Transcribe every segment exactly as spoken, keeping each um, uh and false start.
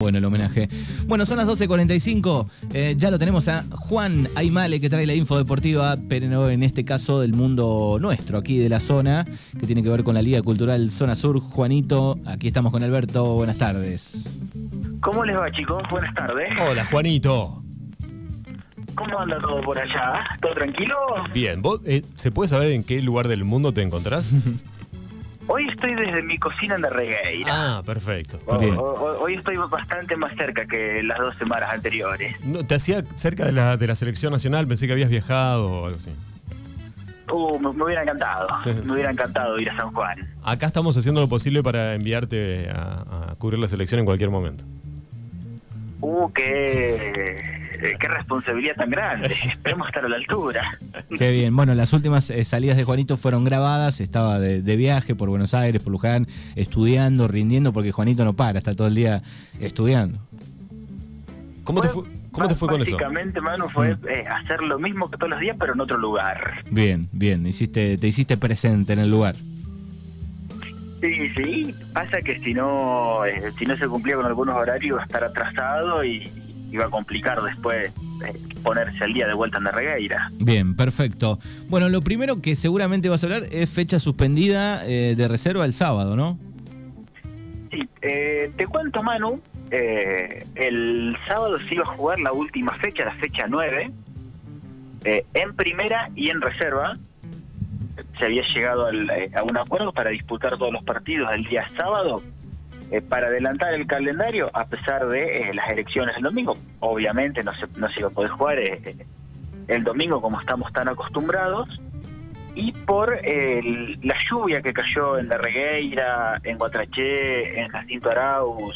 bueno el homenaje. Bueno, son las doce cuarenta y cinco. Eh, ya lo tenemos a Juan Aymale, que trae la info deportiva, pero en este caso del mundo nuestro, aquí de la zona, que tiene que ver con la Liga Cultural Zona Sur. Juanito, aquí estamos con Alberto. Buenas tardes. ¿Cómo les va, chicos? Buenas tardes. Hola, Juanito. ¿Cómo anda todo por allá? ¿Todo tranquilo? Bien. ¿Vos, eh, ¿Se puede saber en qué lugar del mundo te encontrás? Hoy estoy desde mi cocina en Darregueira. Ah, perfecto. O, o, hoy estoy bastante más cerca que las dos semanas anteriores. No, te hacía cerca de la, de la selección nacional, pensé que habías viajado o algo así. Uh, me, me hubiera encantado. Sí. Me hubiera encantado ir a San Juan. Acá estamos haciendo lo posible para enviarte a, a cubrir la selección en cualquier momento. Uh, qué, qué responsabilidad tan grande. Esperemos estar a la altura. Qué bien. Bueno, las últimas eh, salidas de Juanito fueron grabadas. Estaba de, de viaje por Buenos Aires, por Luján, estudiando, rindiendo, porque Juanito no para, está todo el día estudiando. ¿Cómo te fue, cómo te fue con eso? Básicamente, Manu, fue eh, hacer lo mismo que todos los días, pero en otro lugar. Bien, bien. Hiciste, te hiciste presente en el lugar. Sí, sí. Pasa que si no eh, si no se cumplía con algunos horarios, iba a estar atrasado y iba a complicar después eh, ponerse al día de vuelta en Darregueira. Bien, perfecto. Bueno, lo primero que seguramente vas a hablar es fecha suspendida eh, de reserva el sábado, ¿no? Sí, eh, te cuento, Manu, eh, el sábado se iba a jugar la última fecha, la fecha nueve, eh, en primera y en reserva. Se había llegado al, eh, a un acuerdo para disputar todos los partidos el día sábado, eh, para adelantar el calendario a pesar de eh, las elecciones el domingo. Obviamente no se, no se iba a poder jugar eh, el domingo como estamos tan acostumbrados, y por eh, el, la lluvia que cayó en Darregueira, en Guatraché, en Jacinto Arauz,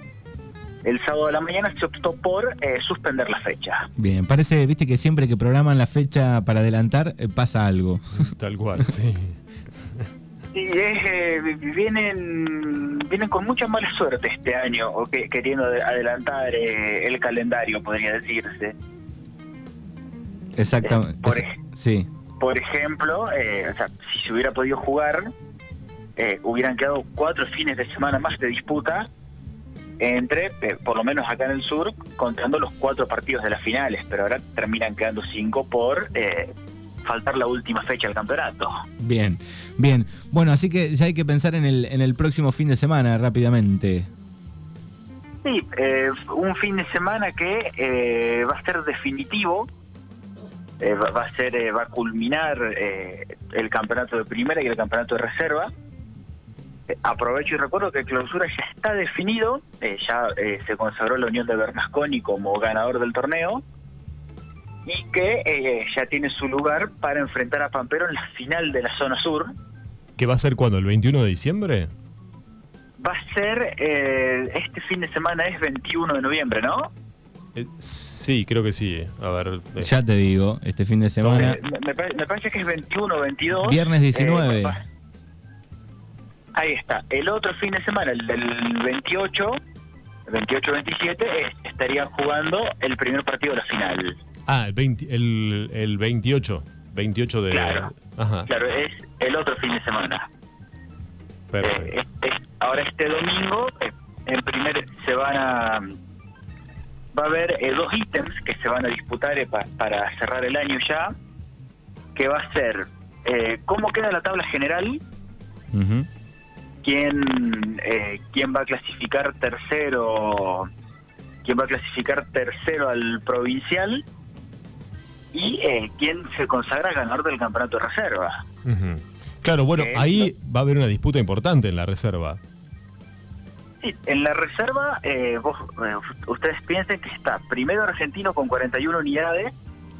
el sábado de la mañana se optó por eh, suspender la fecha. Bien, parece, viste que siempre que programan la fecha para adelantar eh, pasa algo. Tal cual, sí. Sí, es, eh, vienen vienen con mucha mala suerte este año, o que, queriendo adelantar eh, el calendario, podría decirse. Exactamente. Eh, por, es, ej sí. por ejemplo, eh, o sea, si se hubiera podido jugar, eh, hubieran quedado cuatro fines de semana más de disputa, entre, eh, por lo menos acá en el sur, contando los cuatro partidos de las finales, pero ahora terminan quedando cinco por eh, faltar la última fecha del campeonato. Bien, bien. Bueno, así que ya hay que pensar en el, en el próximo fin de semana rápidamente. Sí, eh, un fin de semana que eh, va a ser definitivo, eh, va, va a ser, eh, va a culminar eh, el campeonato de primera y el campeonato de reserva. Aprovecho y recuerdo que el clausura ya está definido, eh, ya eh, se consagró la Unión de Bernasconi como ganador del torneo, y que eh, ya tiene su lugar para enfrentar a Pampero en la final de la zona sur. ¿Qué va a ser cuándo? ¿El veintiuno de diciembre? Va a ser, eh, este fin de semana es veintiuno de noviembre, ¿no? Eh, sí, creo que sí. A ver. Eh. Ya te digo, este fin de semana. Eh, me, me parece que es veintiuno o veintidós. Viernes diecinueve. Eh, Ahí está. El otro fin de semana, el del veintiocho, veintiocho veintisiete, estarían jugando el primer partido de la final. Ah, el, veinte, el, el veintiocho. veintiocho de... Claro, Ajá. claro, es el otro fin de semana. Perfecto. Eh, es, es, ahora este domingo, eh, en primer se van a... Va a haber eh, dos ítems que se van a disputar eh, pa, para cerrar el año ya, que va a ser eh, cómo queda la tabla general, Uh-huh. quién eh, quién va a clasificar tercero, quién va a clasificar tercero al provincial, y eh, quién se consagra ganador del campeonato de reserva. Uh-huh. Claro, bueno, eh, ahí va a haber una disputa importante en la reserva. Sí, en la reserva, eh, vos, eh, ustedes piensen que está primero Argentino con cuarenta y una unidades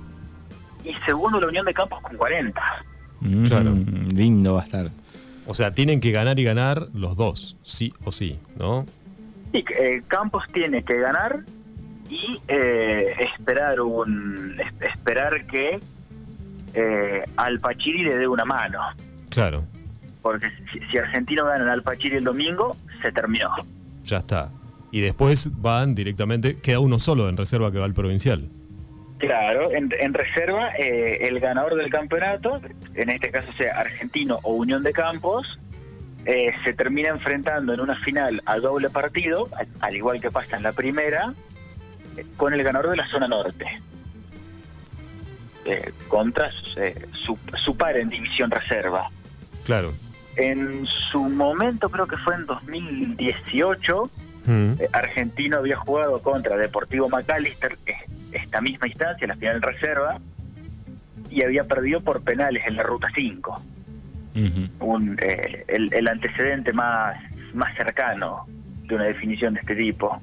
y segundo la Unión de Campos con cuarenta. Mm, claro. Lindo va a estar. O sea, tienen que ganar y ganar los dos, sí o sí, ¿no? Sí, eh, Campos tiene que ganar y eh, esperar un esperar que eh, Alpachiri le dé una mano. Claro. Porque si, si Argentino gana en Alpachiri el domingo, se terminó. Ya está. Y después van directamente, queda uno solo en reserva que va al provincial. Claro, en, en reserva eh, el ganador del campeonato, en este caso sea Argentino o Unión de Campos, eh, se termina enfrentando en una final a doble partido, al, al igual que pasa en la primera, eh, con el ganador de la zona norte, eh, contra eh, su, su par en división reserva. Claro. En su momento, creo que fue en dos mil dieciocho, mm. eh, Argentino había jugado contra Deportivo McAllister, eh, esta misma instancia, la final en reserva, y había perdido por penales en la ruta cinco. Uh-huh. Un, eh, el, el antecedente más, más cercano de una definición de este tipo.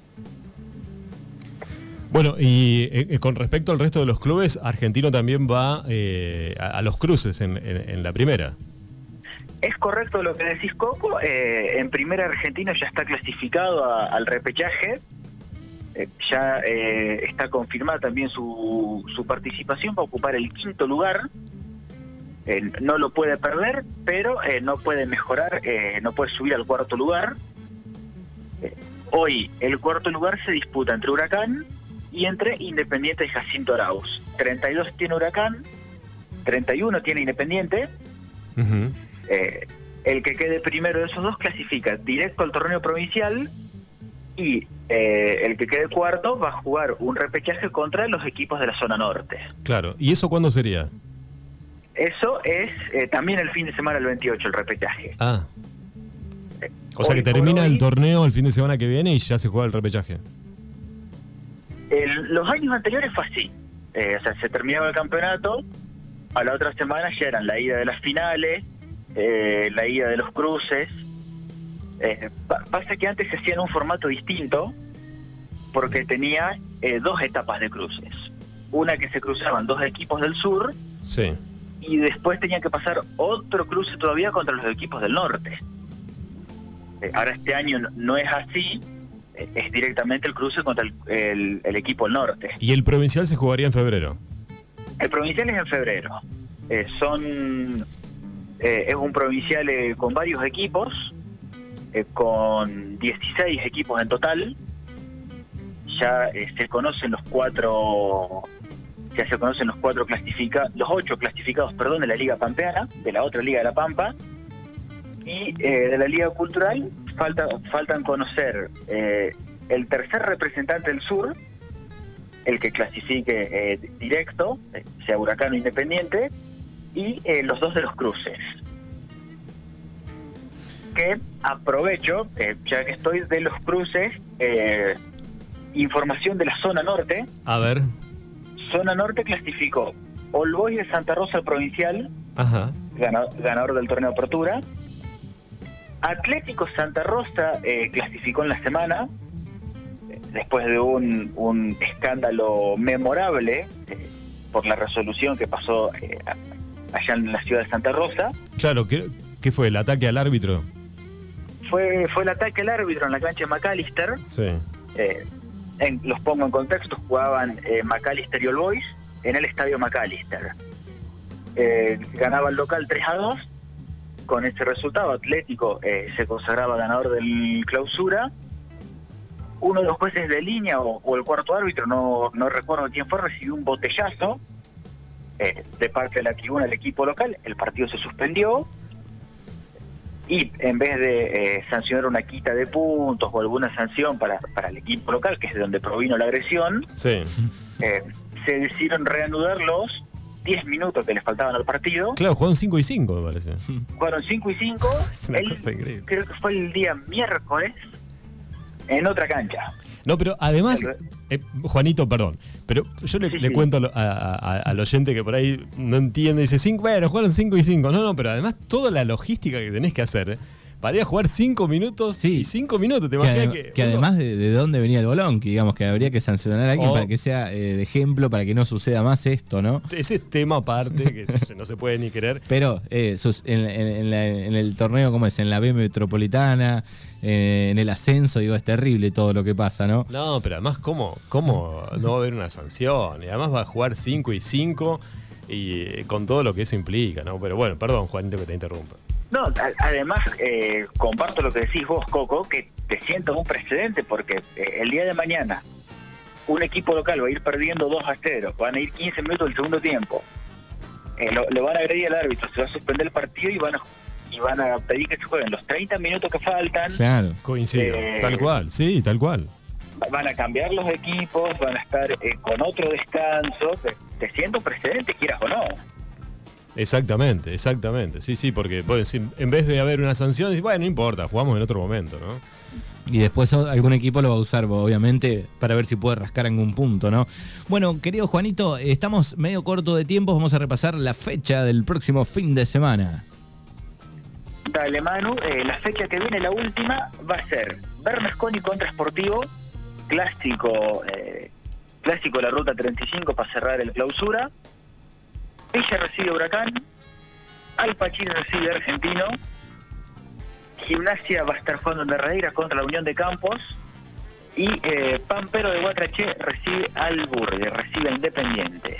Bueno, y eh, con respecto al resto de los clubes, Argentino también va eh, a, a los cruces en, en, en la primera. Es correcto lo que decís, Coco. Eh, en primera, Argentino ya está clasificado a, al repechaje. Eh, ya eh, está confirmada también su, su participación, va a ocupar el quinto lugar. Eh, no lo puede perder, pero eh, no puede mejorar, eh, no puede subir al cuarto lugar. Eh, hoy el cuarto lugar se disputa entre Huracán y entre Independiente y Jacinto Arauz. treinta y dos tiene Huracán, treinta y uno tiene Independiente. Uh-huh. eh, el que quede primero de esos dos clasifica directo al torneo provincial, y eh, el que quede cuarto va a jugar un repechaje contra los equipos de la zona norte. Claro, ¿y eso cuándo sería? Eso es eh, también el fin de semana, el veintiocho, el repechaje. Ah. Eh, o sea que termina hoy el torneo el fin de semana que viene y ya se juega el repechaje. El, los años anteriores fue así. Eh, o sea, se terminaba el campeonato, a la otra semana ya eran la ida de las finales, eh, la ida de los cruces. Eh, pa- pasa que antes se hacía en un formato distinto, porque tenía eh, dos etapas de cruces. Una que se cruzaban dos equipos del sur. Sí. Y después tenían que pasar otro cruce todavía contra los equipos del norte. Eh, ahora este año no, no es así, eh, es directamente el cruce contra el, el, el equipo del norte. ¿Y el provincial se jugaría en febrero? El provincial es en febrero. Eh, son eh, es un provincial eh, con varios equipos, eh, con dieciséis equipos en total. Ya eh, se conocen los cuatro... Ya se conocen los cuatro clasificados, los ocho clasificados, perdón, de la Liga Pampeana, de la otra Liga de la Pampa, y eh, de la Liga Cultural falta, faltan conocer eh, el tercer representante del sur, el que clasifique eh, directo, eh, sea Huracán o Independiente, y eh, los dos de los cruces. Que aprovecho, eh, ya que estoy de los cruces, eh, información de la zona norte. A ver. Zona Norte clasificó All Boys de Santa Rosa al provincial, ajá, ganador, ganador del torneo Apertura. Atlético Santa Rosa eh, clasificó en la semana, eh, después de un, un escándalo memorable eh, por la resolución que pasó eh, allá en la ciudad de Santa Rosa. Claro, ¿qué, qué fue? ¿El ataque al árbitro? Fue, fue el ataque al árbitro en la cancha de McAllister. Sí. Eh, En, los pongo en contexto, jugaban eh, McAllister y All Boys en el estadio McAllister. Eh, ganaba el local tres a dos. Con ese resultado, Atlético eh, se consagraba ganador del clausura. Uno de los jueces de línea o, o el cuarto árbitro, no, no recuerdo quién fue, recibió un botellazo eh, de parte de la tribuna del equipo local. El partido se suspendió. Y en vez de eh, sancionar una quita de puntos o alguna sanción para, para el equipo local, que es de donde provino la agresión, sí. eh, se decidieron reanudar los diez minutos que les faltaban al partido. Claro, jugaron cinco y cinco, me parece. Jugaron cinco y cinco. Es una el, cosa increíble. Creo que fue el día miércoles en otra cancha. No, pero además, eh, Juanito, perdón, pero yo le, sí, le sí. cuento a, a, a, al oyente que por ahí no entiende, dice, cinco, bueno, jugaron cinco y cinco. No, no, pero además toda la logística que tenés que hacer eh, para ir a jugar cinco minutos Sí. y cinco minutos, ¿te Que, imaginas adem- que...? que uno- además de, de dónde venía el bolón, que digamos que habría que sancionar a alguien Oh. para que sea eh, de ejemplo, para que no suceda más esto, ¿no? Ese tema aparte que no se puede ni querer. Pero eh, sus- en, en- en la- en el torneo, ¿cómo es? En la B metropolitana, eh, en el ascenso, digo, es terrible todo lo que pasa, ¿no? No, pero además, ¿cómo, cómo no va a haber una sanción? Y además va a jugar cinco y cinco y eh, con todo lo que eso implica, ¿no? Pero bueno, perdón, Juanito, que te interrumpa. No, a- además, eh, comparto lo que decís vos, Coco, que te sienta un precedente, porque eh, el día de mañana un equipo local va a ir perdiendo dos a cero, van a ir quince minutos del segundo tiempo, eh, lo, le van a agredir al árbitro, se va a suspender el partido y van a, y van a pedir que se jueguen los treinta minutos que faltan. Claro. Coincido. Eh, Tal cual, sí, tal cual. Van a cambiar los equipos, van a estar eh, con otro descanso, te, te siento precedente, quieras o no. Exactamente, exactamente. Sí, sí, porque pueden decir, en vez de haber una sanción, decir, bueno, no importa, jugamos en otro momento, ¿no? Y después o- algún equipo lo va a usar, obviamente, para ver si puede rascar algún punto, ¿no? Bueno, querido Juanito, estamos medio corto de tiempo, vamos a repasar la fecha del próximo fin de semana. Dale, Manu, eh, la fecha que viene, la última, va a ser Bernasconi contra Sportivo, clásico, eh, clásico de la ruta treinta y cinco para cerrar el clausura. Villa recibe Huracán, Alpachín recibe Argentino, Gimnasia va a estar jugando en Derradeira contra la Unión de Campos y eh, Pampero de Guatraché recibe al Burgue, recibe a Independiente.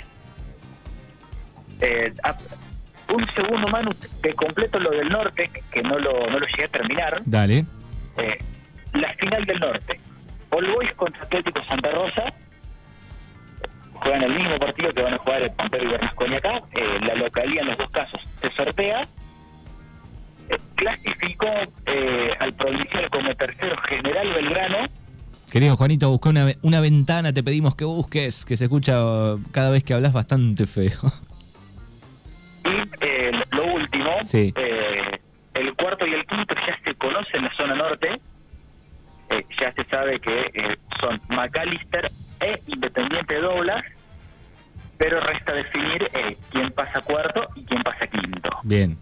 Eh, a- un segundo, Manu, te completo lo del norte, que no lo, no lo llegué a terminar. Dale. Eh, la final del norte, All Boys contra Atlético Santa Rosa, juegan el mismo partido que van a jugar el Pampero y Bernasconi acá. Eh, la localidad en los dos casos se sortea. Eh, clasificó eh, al provincial como tercero General Belgrano. Querido Juanito, busca una, ve- una ventana, te pedimos que busques, que se escucha uh, cada vez que hablas bastante feo. Y eh, lo último, Sí. eh, el cuarto y el quinto ya se conocen en la zona norte. Eh, ya se sabe que eh, son McAllister e Independiente Doblas, pero resta definir eh, quién pasa cuarto y quién pasa quinto. Bien.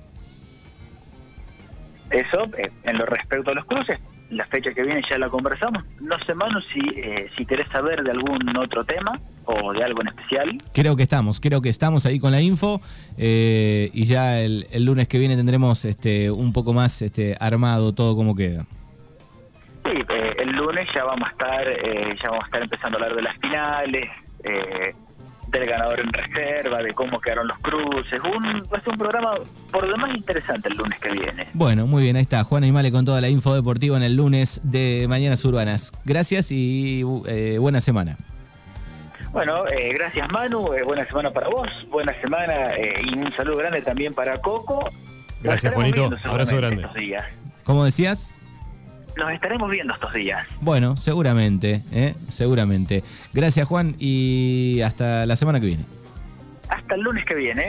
Eso, eh, en lo respecto a los cruces, la fecha que viene ya la conversamos. No sé, Manu, si, eh, si querés saber de algún otro tema o de algo en especial. Creo que estamos, creo que estamos ahí con la info eh, y ya el, el lunes que viene tendremos este un poco más este armado todo como queda. Sí, eh, el lunes ya vamos a estar eh, ya vamos a estar empezando a hablar de las finales, eh, del ganador en reserva, de cómo quedaron los cruces. Un, va a ser un programa por lo demás interesante el lunes que viene. Bueno, muy bien, ahí está Juan Aymale con toda la info deportiva en el lunes de Mañanas Urbanas. Gracias y eh, buena semana. Bueno, eh, gracias Manu, eh, buena semana para vos, buena semana eh, y un saludo grande también para Coco. Nos Gracias, estaremos Juanito. viendo Abrazo seguramente grande. estos días. ¿Cómo decías? Nos estaremos viendo estos días. Bueno, seguramente, ¿eh? seguramente. Gracias Juan y hasta la semana que viene. Hasta el lunes que viene.